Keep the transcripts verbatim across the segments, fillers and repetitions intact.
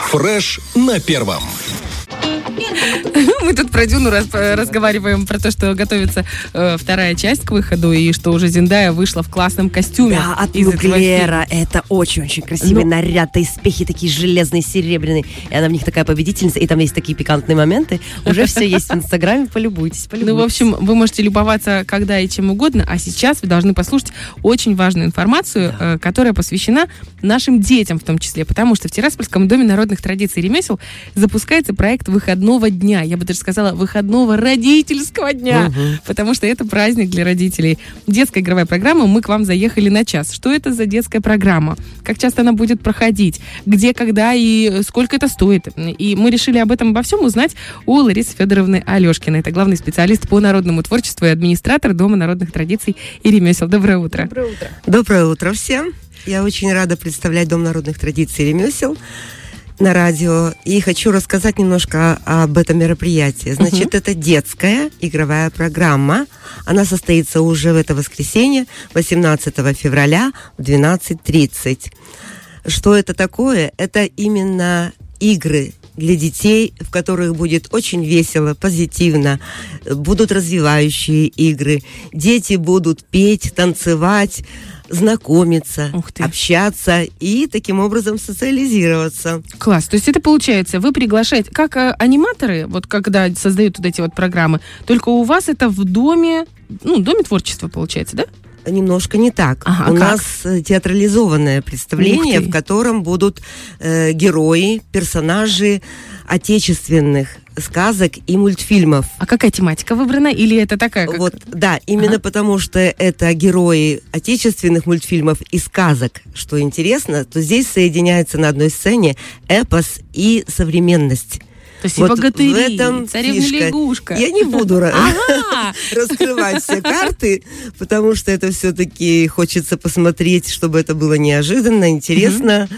Фреш на первом. Мы тут про Дюну раз, разговариваем, про то, что готовится э, вторая часть к выходу, и что уже Зендая вышла в классном костюме. Да, от из Муглера. Это очень-очень красивый ну, наряд. Доспехи такие железные, серебряные. И она в них такая победительница. И там есть такие пикантные моменты. Уже все есть в Инстаграме. Полюбуйтесь, полюбуйтесь. Ну, в общем, вы можете любоваться когда и чем угодно. А сейчас вы должны послушать очень важную информацию, да. э, которая посвящена нашим детям в том числе. Потому что в Тираспольском доме народных традиций и ремесел запускается проект выходного дня. Я бы даже сказала, выходного родительского дня, угу. потому что это праздник для родителей. Детская игровая программа «Мы к вам заехали на час». Что это за детская программа? Как часто она будет проходить? Где, когда и сколько это стоит? И мы решили об этом обо всем узнать у Ларисы Федоровны Алешкиной. Это главный специалист по народному творчеству и администратор Дома народных традиций и ремесел. Доброе утро. Доброе утро. Доброе утро всем. Я очень рада представлять Дом народных традиций и ремесел на радио, и хочу рассказать немножко об этом мероприятии. Значит, uh-huh. это детская игровая программа. Она состоится уже в это воскресенье, восемнадцатого февраля в двенадцать тридцать. Что это такое? Это именно игры для детей, в которых будет очень весело, позитивно, будут развивающие игры. Дети будут петь, танцевать, знакомиться, общаться и таким образом социализироваться. Класс. То есть это получается, вы приглашаете, как э, аниматоры, вот когда создают вот эти вот программы, только у вас это в доме, ну, доме творчества получается, да? Немножко не так. Ага, у как? нас театрализованное представление, в котором будут э, герои, персонажи отечественных сказок и мультфильмов. А какая тематика выбрана? Или это такая? Как... Вот, да, именно ага. потому что это герои отечественных мультфильмов и сказок. Что интересно, то здесь соединяется на одной сцене эпос и современность. То есть вот и богатыри, в этом царевна-лягушка. Я не буду раскрывать все карты, потому что это все-таки хочется посмотреть, чтобы это было неожиданно, интересно.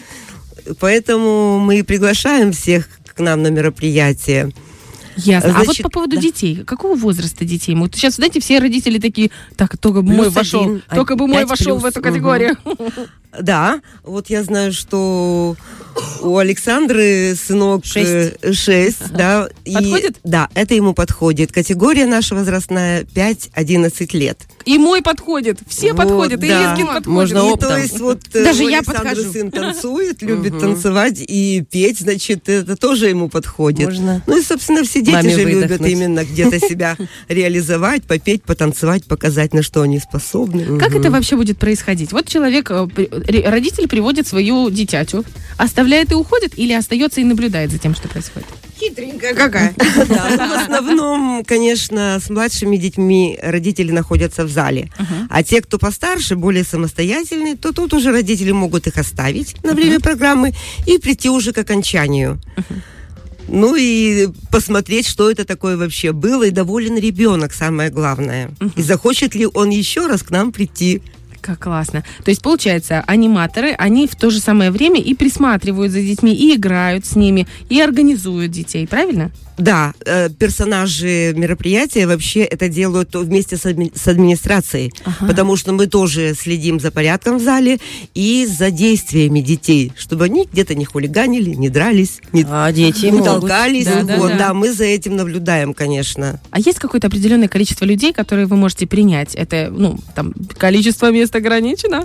Поэтому мы приглашаем всех к нам на мероприятие. Ясно. Значит, а вот по поводу да. детей. Какого возраста детей? Вот сейчас, знаете, все родители такие, так, только бы мой вошел, один, только бы мой вошел плюс. В эту категорию. Угу. Да, вот я знаю, что у Александры сынок шесть, да. Подходит? И, да, это ему подходит. Категория наша возрастная пять-одиннадцать лет. И мой подходит, все вот, подходят, да. и Лизгин подходит. Можно оптом. То есть вот даже я Александр подхожу. Сын танцует, любит угу. танцевать и петь, значит, это тоже ему подходит. Можно. Ну и, собственно, все дети Маме же выдохнуть. любят именно где-то себя реализовать, попеть, потанцевать, показать, на что они способны. Как это вообще будет происходить? Вот человек, родитель приводит свою дитятю, оставляет и уходит, или остается и наблюдает за тем, что происходит? Хитренькая какая. Да, ну, в основном, конечно, с младшими детьми родители находятся в зале. Uh-huh. А те, кто постарше, более самостоятельные, то тут уже родители могут их оставить на время uh-huh. программы и прийти уже к окончанию. Uh-huh. Ну и посмотреть, что это такое вообще было, и доволен ребенок, самое главное. Uh-huh. И захочет ли он еще раз к нам прийти. Как классно. То есть, получается, аниматоры, они в то же самое время и присматривают за детьми, и играют с ними, и организуют детей, правильно? Да, э, персонажи мероприятия вообще это делают вместе с, адми- с администрацией, ага. потому что мы тоже следим за порядком в зале и за действиями детей, чтобы они где-то не хулиганили, не дрались, не, а, дети не могут. толкались. Да, да, вот, да. да, мы за этим наблюдаем, конечно. А есть какое-то определенное количество людей, которые вы можете принять? Это, ну, там, количество мест ограничено?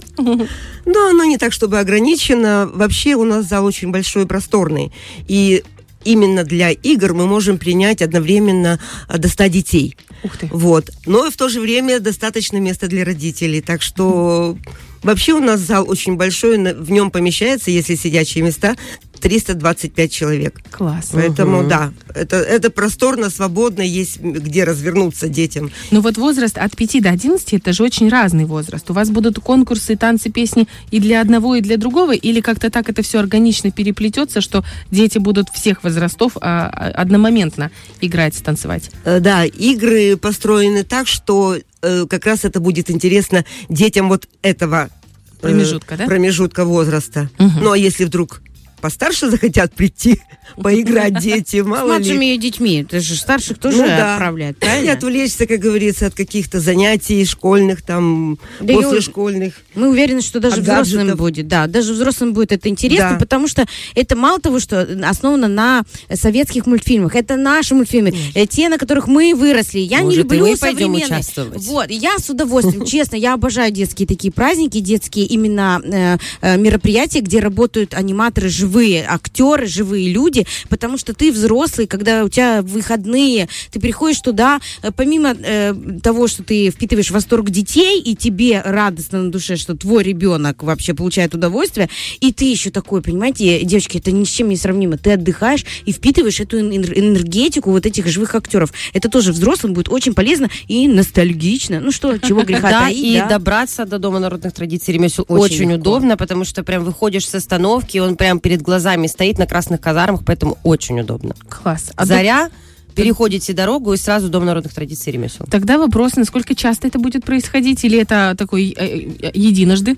Но оно не так, чтобы ограничено. Вообще у нас зал очень большой и просторный. И именно для игр мы можем принять одновременно до ста детей. Ух ты. Вот. Но в то же время достаточно места для родителей. Так что вообще у нас зал очень большой, в нем помещается, если сидячие места, триста двадцать пять человек. Класс. Поэтому, угу. да, это, это просторно, свободно, есть где развернуться детям. Ну вот возраст от пяти до одиннадцати, это же очень разный возраст. У вас будут конкурсы, танцы, песни и для одного, и для другого? Или как-то так это все органично переплетется, что дети будут всех возрастов а, одномоментно играть, танцевать? Да, игры построены так, что э, как раз это будет интересно детям вот этого промежутка, э, да? промежутка возраста. Угу. Ну, а если вдруг постарше захотят прийти, поиграть дети, мало С младшими ли. детьми, ты же старших тоже Ну да. отправляют, И правильно? отвлечься, как говорится, от каких-то занятий школьных, там, Да и после у- школьных. Мы уверены, что даже От взрослым гаджетов. будет, да, даже взрослым будет это интересно, Да. потому что это мало того, что основано на советских мультфильмах, это наши мультфильмы, э, те, на которых мы выросли. Я Может, не и люблю мы пойдем современные. участвовать? Вот, я с удовольствием, честно, я обожаю детские такие праздники, детские именно э, э, мероприятия, где работают аниматоры, живые актеры, живые люди, потому что ты взрослый, когда у тебя выходные, ты приходишь туда, э, помимо э, того, что ты впитываешь восторг детей, и тебе радостно на душе, что твой ребенок вообще получает удовольствие, и ты еще такой, понимаете, девочки, это ни с чем не сравнимо. Ты отдыхаешь и впитываешь эту энер- энергетику вот этих живых актеров. Это тоже взрослым будет очень полезно и ностальгично. Ну что, чего греха Да, таить, и да? добраться до Дома народных традиций и ремесел Очень очень, легко. удобно, потому что прям выходишь с остановки, он прям перед глазами стоит на красных казармах, поэтому очень удобно. Класс. А Заря, переходите дорогу и сразу Дом народных традиций и ремесел. Тогда вопрос, насколько часто это будет происходить, или это такой э, э, единожды?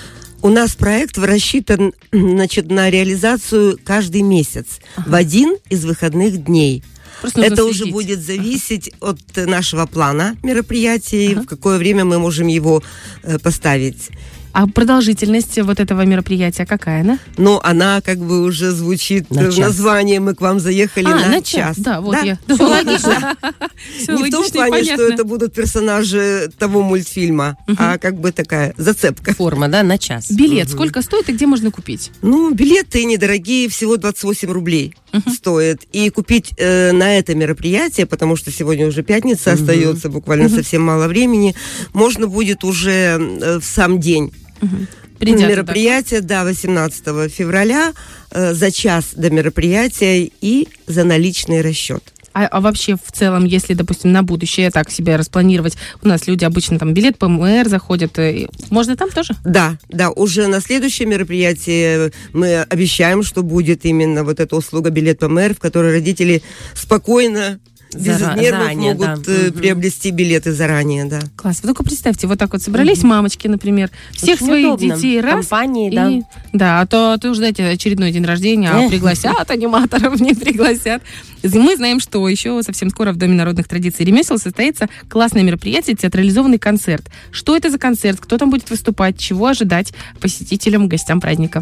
У нас проект рассчитан, значит, на реализацию каждый месяц в один из выходных дней. Просто нужно Это уже следить. будет зависеть от нашего плана мероприятий, Ага. в какое время мы можем его э, поставить. А продолжительность вот этого мероприятия какая она? Но она как бы уже звучит На в час. названии, мы к вам заехали А, на, на час. час. Да, вот Да? я. Всё логично. Всё Не в том логично и плане, что понятно. это будут персонажи того мультфильма, а как бы такая зацепка. Форма, да, на час. Билет сколько стоит и где можно купить? Ну, билеты недорогие, всего двадцать восемь рублей стоят. И купить э, на это мероприятие, потому что сегодня уже пятница остается, буквально совсем мало времени, можно будет уже э, в сам день. Придя Мероприятие, да, восемнадцатого февраля, э, за час до мероприятия и за наличный расчет. А, а вообще в целом, если, допустим, на будущее так себя распланировать, у нас люди обычно там билет ПМР заходят, э, можно там тоже? Да, да, уже на следующее мероприятие мы обещаем, что будет именно вот эта услуга билет ПМР, в которой родители спокойно, без Зара- нервов заранее, могут да. э, Мгм. приобрести билеты заранее, да. Класс. Вы только представьте, вот так вот собрались мамочки, например, всех Очень своих удобно. детей раз. Компании, и- да. Да, а то ты уже, знаете, очередной день рождения, а Эх. пригласят аниматоров, не пригласят. Мы знаем, что еще совсем скоро в Доме народных традиций и ремесел состоится классное мероприятие, театрализованный концерт. Что это за концерт? Кто там будет выступать? Чего ожидать посетителям, гостям праздника?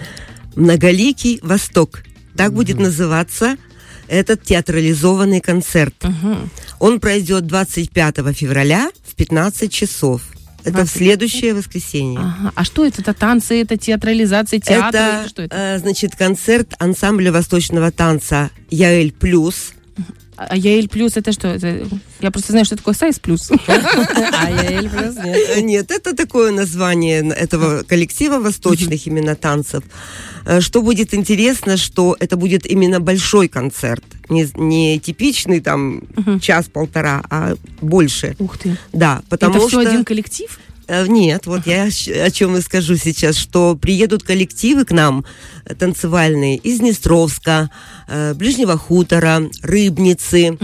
Многоликий Восток. Так будет называться этот театрализованный концерт. Мгм. Он пройдет двадцать пятого февраля в пятнадцать часов. Это в двадцать следующее воскресенье. Ага. А что это? Это танцы, это театрализация театра? Это, или что это? э, значит, концерт ансамбля восточного танца «Яэль Плюс». А Яэль плюс это что? Это... Я просто знаю, что такое сайз плюс. А я Эль плюс нет. Э, Нет, это такое название этого коллектива восточных именно танцев. Э, Что будет интересно, что это будет именно большой концерт. Не, не типичный там час-полтора, а больше. Ух ты. Да, потому Это все что... один коллектив? Э, Нет, вот я щ- о чем и скажу сейчас, что приедут коллективы к нам э, танцевальные из Днестровска, э, Ближнего Хутора, Рыбницы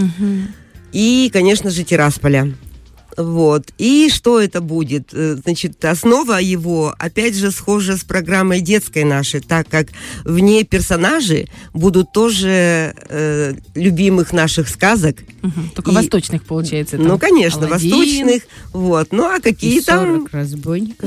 и, конечно же, Тирасполя. Вот. И что это будет? Э, Значит, основа его, опять же, схожа с программой детской нашей, так как в ней персонажи будут тоже э, любимых наших сказок. Мгм. Только И- восточных, получается. Ну, там конечно, Аладдин. восточных. Вот. Ну, а какие И там... сорок разбойников.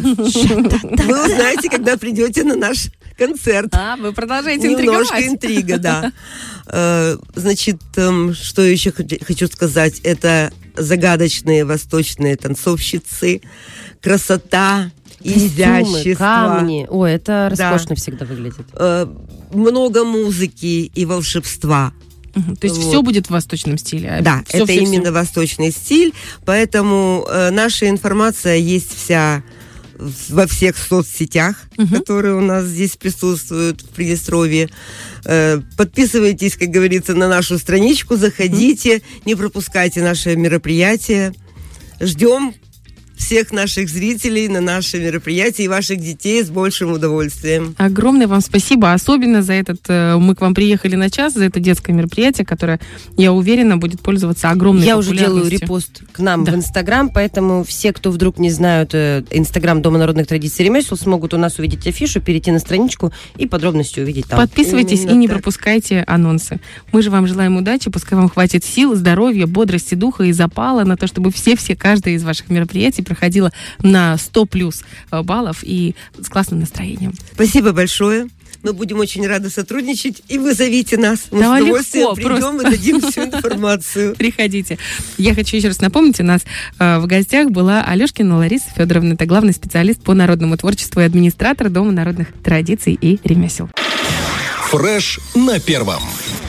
Вы узнаете, когда придете на наш концерт. А, вы продолжаете Немножко интриговать. интрига, да. Э, Значит, эм, что еще хоч- хочу сказать? Это загадочные восточные танцовщицы, красота, Костюмы, изящество, камни. Ой, это Да. роскошно всегда выглядит. э, много музыки и волшебства. Мгм. То есть Вот. все будет в восточном стиле? а Да, всё- это всё- именно восточный стиль, поэтому э, наша информация есть вся в- во всех соцсетях, которые у нас здесь присутствуют в Приднестровье. Э, подписывайтесь, как говорится, на нашу страничку, заходите, не пропускайте наши мероприятия. Ждем всех наших зрителей на наши мероприятия и ваших детей с большим удовольствием. Огромное вам спасибо, особенно за этот, мы к вам приехали на час, за это детское мероприятие, которое, я уверена, будет пользоваться огромной Я уже популярностью. делаю репост к нам Да. в Инстаграм, поэтому все, кто вдруг не знают э, Инстаграм Дома народных традиций и ремесел, смогут у нас увидеть афишу, перейти на страничку и подробности увидеть там. Подписывайтесь Именно и не так. пропускайте анонсы. Мы же вам желаем удачи, пускай вам хватит сил, здоровья, бодрости духа и запала на то, чтобы все-все, каждое из ваших мероприятий проходило на сто плюс баллов и с классным настроением. Спасибо большое. Мы будем очень рады сотрудничать, и вы зовите нас. Мы Да, с удовольствием легко, придем просто. и дадим всю информацию. Приходите. Я хочу еще раз напомнить, у нас э, в гостях была Алешкина Лариса Федоровна, это главный специалист по народному творчеству и администратор Дома народных традиций и ремесел. Фреш на первом.